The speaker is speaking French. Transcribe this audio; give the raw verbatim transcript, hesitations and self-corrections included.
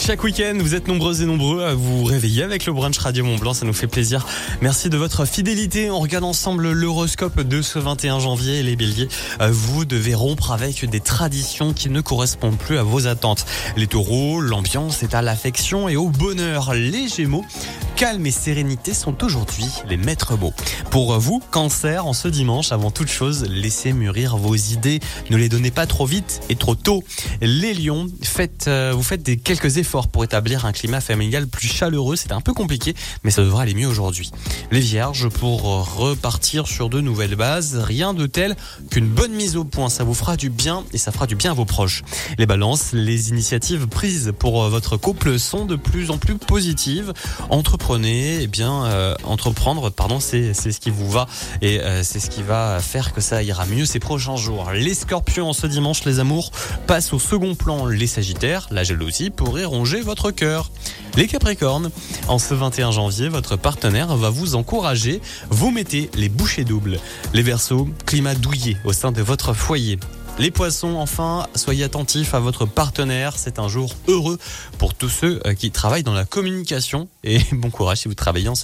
Chaque week-end, vous êtes nombreuses et nombreux à vous réveiller avec le brunch Radio Mont-Blanc. Ça nous fait plaisir. Merci de votre fidélité. On regarde ensemble l'horoscope de ce vingt et un janvier. Les béliers, vous devez rompre avec des traditions qui ne correspondent plus à vos attentes. Les taureaux, l'ambiance est à l'affection et au bonheur. Les gémeaux, calme et sérénité sont aujourd'hui les maîtres mots. Pour vous, cancer, en ce dimanche, avant toute chose, laissez mûrir vos idées. Ne les donnez pas trop vite et trop tôt. Les lions, faites, euh, vous faites des quelques efforts pour établir un climat familial plus chaleureux. C'est un peu compliqué, mais ça devrait aller mieux aujourd'hui. Les vierges, pour repartir sur de nouvelles bases, rien de tel qu'une bonne mise au point. Ça vous fera du bien et ça fera du bien à vos proches. Les balances, les initiatives prises pour votre couple sont de plus en plus positives. Entreprenez, eh bien, euh, entreprendre, pardon, c'est, c'est ce qui vous va et euh, c'est ce qui va faire que ça ira mieux ces prochains jours. Les scorpions, ce dimanche, les amours passent au second plan. Les sagittaires, la jalousie pourrait ronger votre cœur. Les capricornes, en ce vingt et un janvier, votre partenaire va vous encourager. Vous mettez les bouchées doubles. Les verseaux, climat douillet au sein de votre foyer. Les poissons, enfin, soyez attentifs à votre partenaire. C'est un jour heureux pour tous ceux qui travaillent dans la communication. Et bon courage si vous travaillez en ce